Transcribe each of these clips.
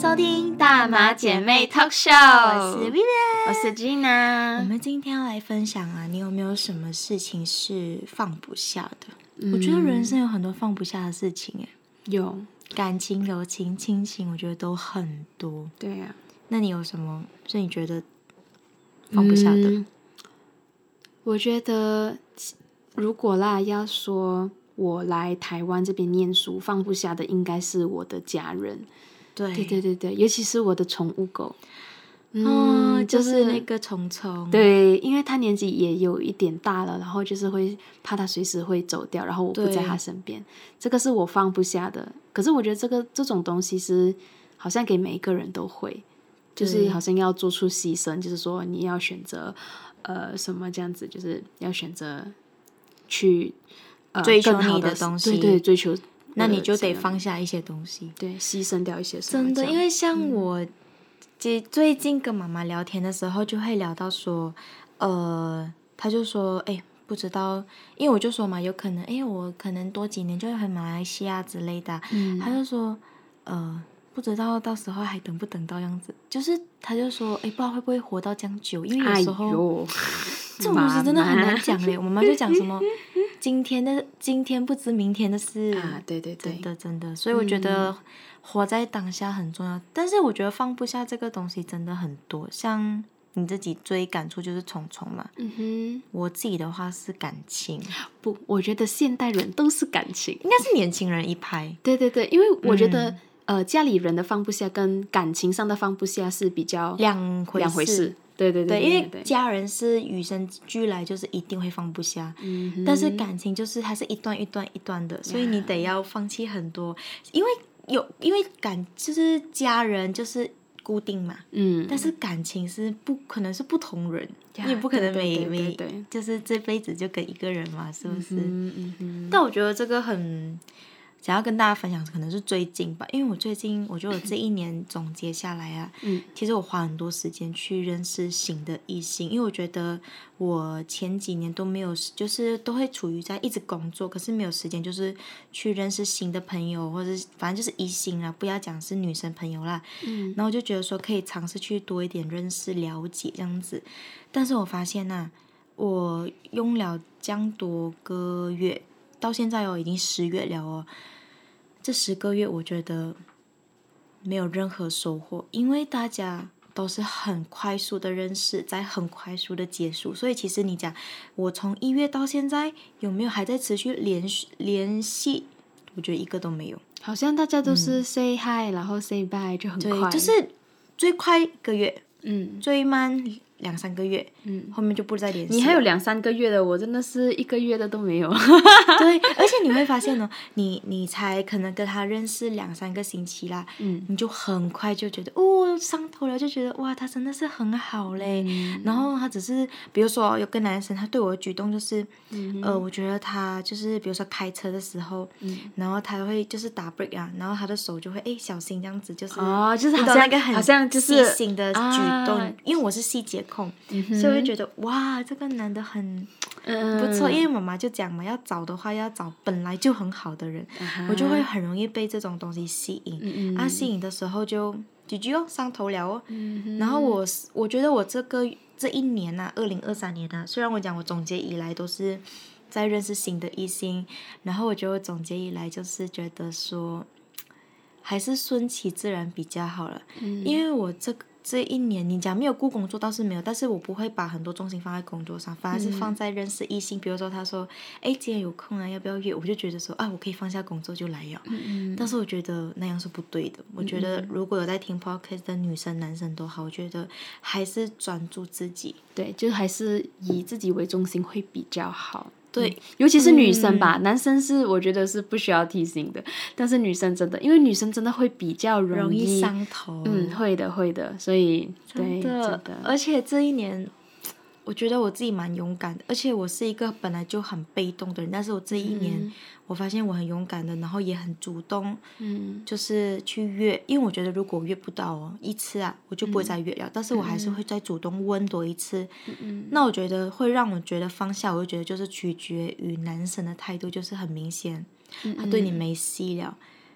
收听大马姐妹 Talk Show， 我是 Vivian， 我是 Gina。 我们今天要来分享啊，你有没有什么事情是放不下的？我觉得人生有很多放不下的事情， 有感情、友情、亲情，我觉得都很多。 对啊， 那你有什么是你觉得放不下的？ 我觉得如果要说我来台湾这边念书，放不下的应该是我的家人。对，尤其是我的宠物狗。 就是那个虫虫。 对，因为他年纪也有一点大了，然后就是会怕他随时会走掉，然后我不在他身边，这个是我放不下的。可是我觉得这种东西是好像给每一个人都会，就是好像要做出牺牲，就是说你要选择什么这样子，就是要选择去追求更好你的东西， 对，追求。 那你就得放下一些东西， 对，牺牲掉一些什么。 真的，因为像我最近跟妈妈聊天的时候，就会聊到说，她就说，不知道，因为我就说嘛，有可能，我可能多几年就会回马来西亚之类的。她就说，不知道到时候还等不等到样子，就是她就说，不知道会不会活到这样久，因为有时候，这种东西真的很难讲嘞。我妈就讲什么。今天不知明天的事啊，对， 真的，所以我觉得活在当下很重要。但是我觉得放不下这个东西真的很多，像你自己最感触就是虫虫嘛。我自己的话是感情。 不，我觉得现代人都是感情， 应该是年轻人一派。 对，因为我觉得家里人的放不下跟感情上的放不下是比较两回事。对，因为家人是与生俱来，就是一定会放不下。但是感情就是它是一段一段的，所以你得要放弃很多，因为就是家人就是固定嘛。但是感情是不可能是不同人，你也不可能每就是这辈子就跟一个人嘛，是不是？但我觉得这个很。想要跟大家分享可能是最近吧，因为我觉得我这一年总结下来啊，其实我花很多时间去认识新的异性，因为我觉得我前几年都没有，就是都会处于在一直工作，可是没有时间就是去认识新的朋友，或者反正就是异性啦，不要讲是女生朋友啦。然后我就觉得说可以尝试去多一点认识了解这样子，但是我发现我用了这样多个月，到现在已经10月了这10个月我觉得没有任何收获，因为大家都是很快速的认识，在很快速的结束，所以其实你讲我从1月到现在有没有还在持续联系，我觉得一个都没有。 好像大家都是 say hi 然后 say bye 就很快。 对，就是最快1个月，最慢2-3个月，后面就不再联系。 你还有2-3个月的，我真的是1个月的都没有。 对，而且你会发现你才可能跟他认识2-3个星期啦，你就很快就觉得上头了，就觉得哇，他真的是很好嘞。然后他只是比如说有个男生，他对我的举动就是，我觉得他就是比如说开车的时候，然后他会就是打 brake 啊，然后他的手就会小心这样子，就是就是好像就是细心的举动，因为我是细节控，所以我就觉得哇，这个男的很不错。因为妈妈就讲嘛，要找的话要找本来就很好的人，我就会很容易被这种东西吸引。吸引的时候就GG上头了然后我觉得我这一年2023年虽然我讲我总结以来都是在认识新的异性，然后我觉得我总结以来就是觉得说还是顺其自然比较好了。因为我这一年你讲没有顾工作倒是没有，但是我不会把很多重心放在工作上，反而是放在认识异性。比如说他说今天有空要不要约，我就觉得说我可以放下工作就来了。但是我觉得那样是不对的。我觉得如果有在听 podcast 的女生男生都好，我觉得还是专注自己， 对，就还是以自己为中心会比较好。 对， 尤其是女生吧，男生是我觉得是不需要提醒的，但是女生真的，因为女生真的会比较容易上头。 会的，所以真的，而且这一年我觉得我自己蛮勇敢的，而且我是一个本来就很被动的人，但是我这一年我发现我很勇敢的，然后也很主动，就是去约，因为我觉得如果我约不到一次我就不会再约了，但是我还是会再主动问多一次。那我觉得会让我觉得放下，我就觉得就是取决于男生的态度，就是很明显他对你没戏了，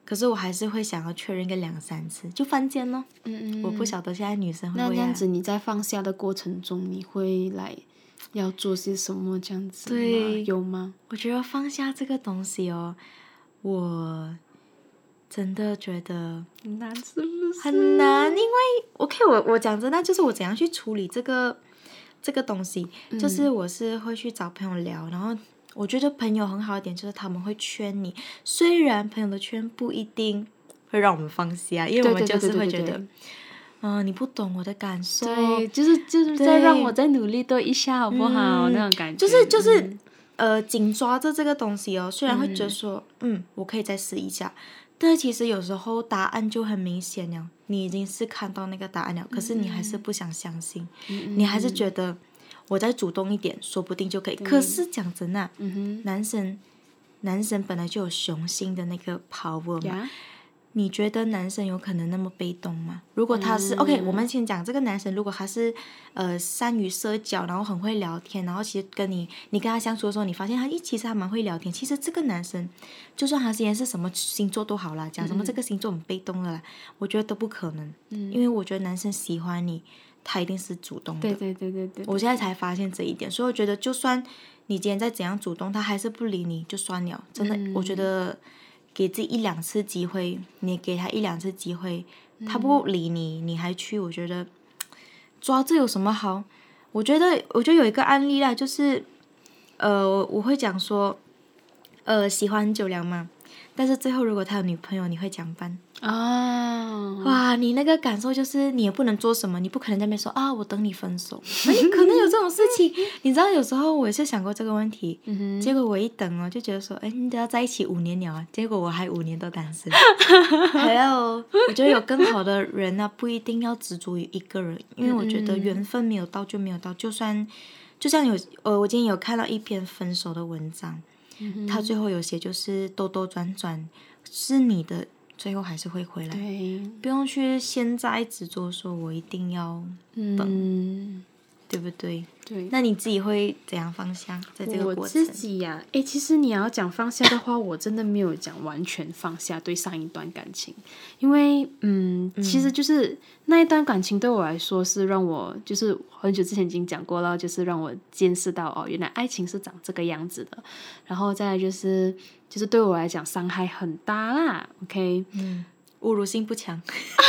可是我还是会想要确认个2-3次，就犯贱咯。我不晓得现在女生会不会那这样子你在放下的过程中，你会来要做些什么这样子吗？ 对， 有吗？ 我觉得放下这个东西哦，我真的觉得很难，是不是？ 很难，因为我讲真的，就是我怎样去处理这个东西，就是我是会去找朋友聊，然后我觉得朋友很好一点，就是他们会劝你，虽然朋友的劝不一定会让我们放下，因为我们就是会觉得，你不懂我的感受， 对，就是再让我再努力多一下好不好？那种感觉， 就是紧抓着这个东西哦，虽然会觉得说，我可以再试一下，但是其实有时候答案就很明显了，你已经是看到那个答案了，可是你还是不想相信，你还是觉得我再主动一点，说不定就可以。可是讲真的，男生本来就有雄性的那个 power 嘛。你觉得男生有可能那么被动吗？如果他是OK，我们先讲这个男生，如果他是善于社交，然后很会聊天，然后其实你跟他相处的时候，你发现其实他蛮会聊天。其实这个男生，就算他今天是什么星座都好啦，讲什么这个星座很被动的啦，我觉得都不可能。因为我觉得男生喜欢你，他一定是主动的。 对。 我现在才发现这一点，所以我觉得就算你今天再怎样主动，他还是不理你就算了。真的，我觉得。给自己1-2次机会，你给他1-2次机会，他不理你，你还去，我觉得抓这有什么好？我觉得有一个案例啦，就是我会讲说，喜欢很久了嘛，但是最后如果他有女朋友，你会怎样办？哇，你那个感受就是你也不能做什么，你不可能在那边说我等你分手，那你可能有这种事情。你知道有时候我也是想过这个问题，结果我一等就觉得说，你都要在一起5年了啊，结果我还5年都单身。还有，我觉得有更好的人啊，不一定要执着于一个人，因为我觉得缘分没有到就没有到，就像我今天有看到一篇分手的文章，他最后有写就是兜兜转转是你的。最后还是会回来，不用去现在执着说我一定要等，对不对？ 对。 那你自己会怎样放下在这个过程？ 我自己呀，其实你要讲放下的话，我真的没有讲完全放下对上一段感情，因为其实就是那一段感情对我来说是让我就是很久之前已经讲过了，就是让我见识到原来爱情是长这个样子的，然后再来就是对我来讲伤害很大啦 ，OK， 侮辱性不强。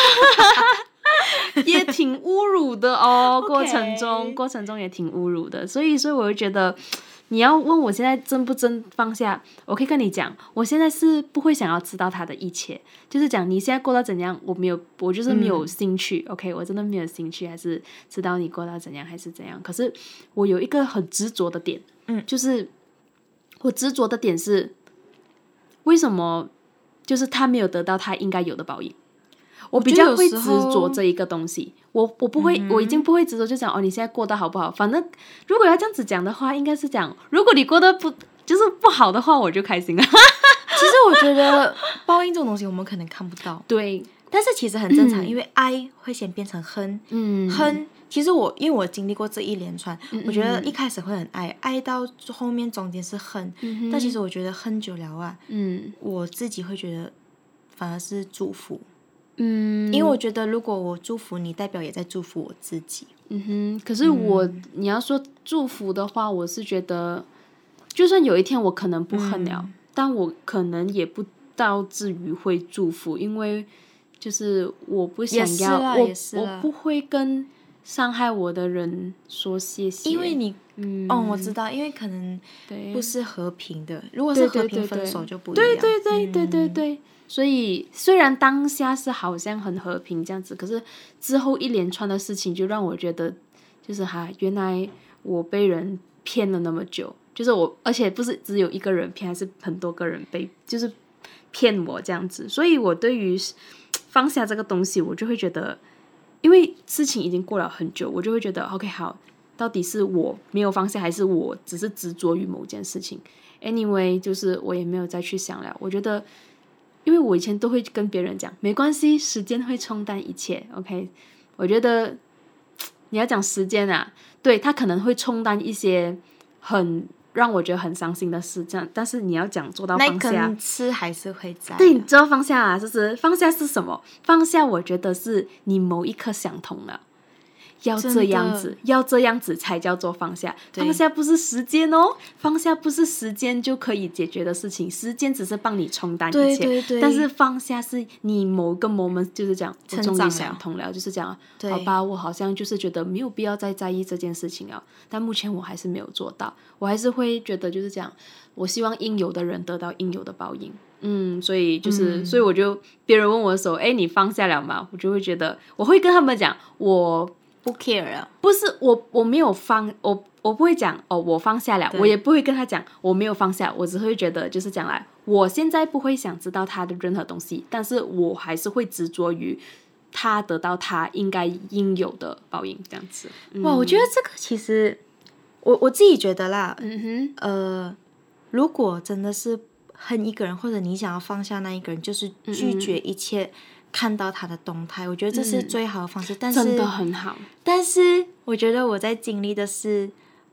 也挺侮辱的哦，过程中也挺侮辱的，所以我就觉得，你要问我现在真不真放下，我可以跟你讲，我现在是不会想要知道他的一切，就是讲你现在过到怎样，我就是没有兴趣，OK， 我真的没有兴趣，还是知道你过到怎样还是怎样，可是我有一个很执着的点，就是我执着的点是，为什么就是他没有得到他应该有的报应。我比较会执着这一个东西，我不会，我已经不会执着就讲你现在过得好不好，反正如果要这样子讲的话，应该是讲如果你过得不好的话，我就开心了。 其实我觉得报应这种东西我们可能看不到， 对， 但是其实很正常，因为爱会先变成恨，恨。其实因为我经历过这一连串，我觉得一开始会很爱到后面中间是恨，但其实我觉得恨久了啊，我自己会觉得反而是祝福。因为我觉得如果我祝福你，代表也在祝福我自己。 可是你要说祝福的话，我是觉得就算有一天我可能不恨了，但我可能也不到至于会祝福，因为就是我不想要，我不会跟伤害我的人说谢谢， 因为你我知道，因为可能不是和平的，如果是和平分手就不一样。 对，所以虽然当下是好像很和平这样子，可是之后一连串的事情就让我觉得就是原来我被人骗了那么久，就是而且不是只有一个人骗，还是很多个人就是骗我这样子，所以我对于放下这个东西，我就会觉得因为事情已经过了很久，我就会觉得 OK 好，到底是我没有放下，还是我只是执着于某件事情。 Anyway 就是我也没有再去想了，我觉得因为我以前都会跟别人讲没关系，时间会冲淡一切 OK， 我觉得你要讲时间啊，对，它可能会冲淡一些很让我觉得很伤心的事，这样。但是你要讲做到放下， 那根刺还是会在。 对，你知道放下啊，就是放下是什么？放下，我觉得是你某一刻想通了。要这样子，要这样子才叫做放下。放下不是时间哦，放下不是时间就可以解决的事情，时间只是帮你冲淡一切。 对， 但是放下是你某个 moment 就是这样，我终于想通了，就是这样。好吧，我好像就是觉得没有必要再在意这件事情了，但目前我还是没有做到，我还是会觉得就是这样。我希望应有的人得到应有的报应。所以就是，所以我就别人问我的时候，你放下了吗？我就会觉得，我会跟他们讲，我不 care 了， 不是我没有放，我不会讲我放下了，我也不会跟他讲我没有放下，我只会觉得就是讲来，我现在不会想知道他的任何东西，但是我还是会执着于他得到他应该应有的报应，这样子。 哇，我觉得这个其实我自己觉得啦，如果真的是恨一个人，或者你想要放下那一个人，就是拒绝一切看到他的动态，我觉得这是最好的方式。但是真的很好。 但是我觉得我在经历的是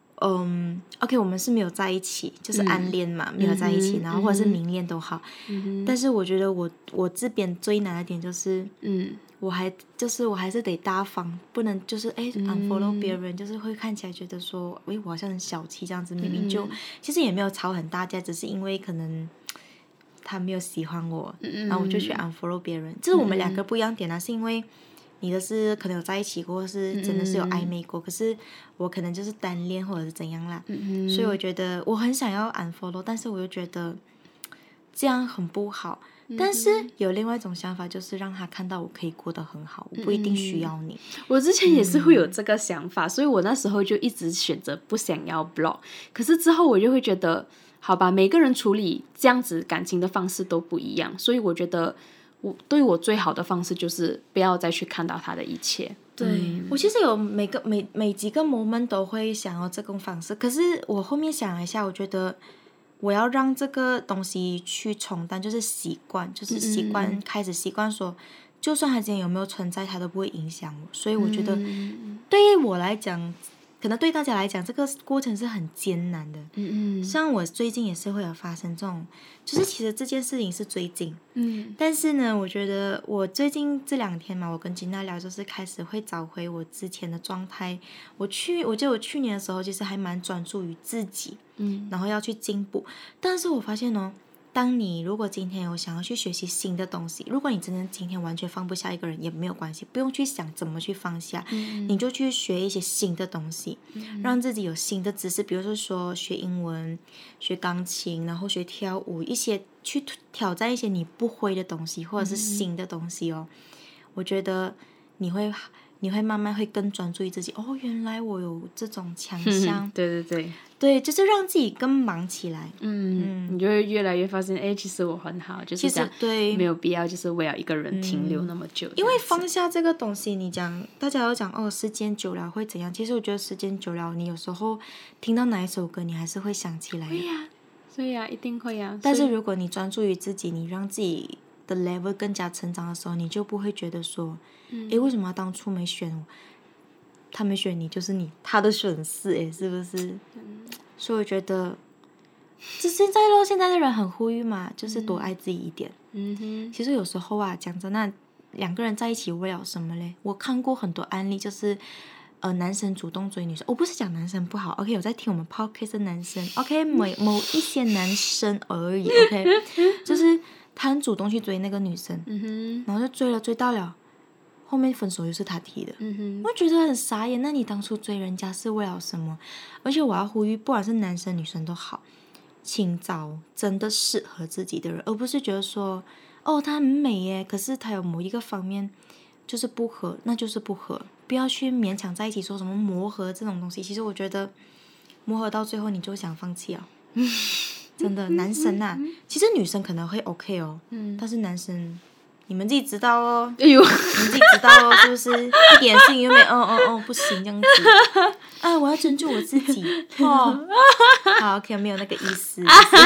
，OK， 我们是没有在一起，就是暗恋嘛，没有在一起，然后或者是明恋都好。但是我觉得我这边最难的点就是，我还是得大方，不能就是unfollow 别人，就是会看起来觉得说，我好像很小气这样子，明明就其实也没有吵很大架，只是因为可能他没有喜欢我，然后我就去 unfollow 别人。这是我们两个不一样点啊，是因为你的是可能有在一起过，是真的是有暧昧过，可是我可能就是单恋或者是怎样啦，所以我觉得我很想要 unfollow， 但是我又觉得这样很不好。但是有另外一种想法，就是让他看到我可以过得很好，我不一定需要你。 我之前也是会有这个想法，所以我那时候就一直选择不想要 block。可是之后我就会觉得，好吧，每个人处理这样子感情的方式都不一样，所以我觉得对我最好的方式就是不要再去看到他的一切。 对，我其实有每几个 moment 都会想要这种方式，可是我后面想了一下，我觉得我要让这个东西去冲淡，就是习惯，开始习惯说，就算他今天有没有存在，他都不会影响我。所以我觉得，对于我来讲，可能对大家来讲，这个过程是很艰难的。像我最近也是会有发生这种，就是其实这件事情是最近，但是呢，我觉得我最近这2天嘛，我跟金娜聊，就是开始会找回我之前的状态。我记得我去年的时候，其实还蛮专注于自己，然后要去进步。但是我发现当你如果今天有想要去学习新的东西，如果你真的今天完全放不下一个人也没有关系，不用去想怎么去放下，你就去学一些新的东西，让自己有新的知识，比如说学英文、学钢琴，然后学跳舞，一些去挑战一些你不会的东西或者是新的东西我觉得你会慢慢会更专注于自己。原来我有这种强项。对，就是让自己更忙起来。 你就会越来越发现，其实我很好，就是这样，对，没有必要就是为了一个人停留那么久。 因为放下这个东西，你讲大家都讲时间久了会怎样？其实我觉得时间久了，你有时候听到哪一首歌，你还是会想起来。 会呀，所以一定会呀。 但是如果你专注于自己，你让自己的 level 更加成长的时候，你就不会觉得说，为什么当初没选我？他没选你，就是他的损失，是不是？所以我觉得，现在的人很呼吁嘛，就是多爱自己一点。其实有时候讲真的，两个人在一起为了什么嘞？我看过很多案例，就是男生主动追女生，我不是讲男生不好 ，OK， 有在听我们 podcast 的男生 ，OK， 某一些男生而已 ，OK， 就是他很主动去追那个女生，然后就追到了。后面分手又是他提的，我觉得很傻眼。那你当初追人家是为了什么？而且我要呼吁，不管是男生女生都好，请找真的适合自己的人，而不是觉得说，他很美耶，可是他有某一个方面就是不合，那就是不合，不要去勉强在一起说什么磨合这种东西。其实我觉得磨合到最后你就想放弃真的，男生其实女生可能会 OK 但是男生。你们自己知道你们自己知道是不是？一点事情又没不行这样子我要尊重我自己好 OK， 没有那个意思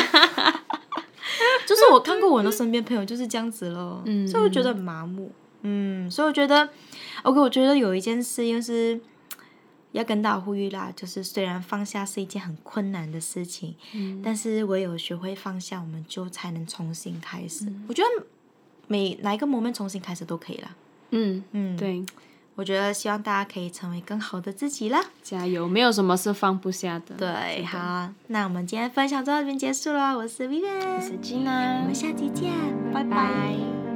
就是我看过我的身边朋友就是这样子咯，所以我觉得很麻木所以我觉得 OK， 我觉得有一件事就是要跟大家呼吁啦，就是虽然放下是一件很困难的事情，但是唯有学会放下，我们就才能重新开始。我觉得哪一个 moment 重新开始都可以啦。 对， 我觉得希望大家可以成为更好的自己啦， 加油！没有什么是放不下的。 对，好，那我们今天分享到这边结束了。我是 Vivian， 我是 Gina， 我们下期见，拜拜。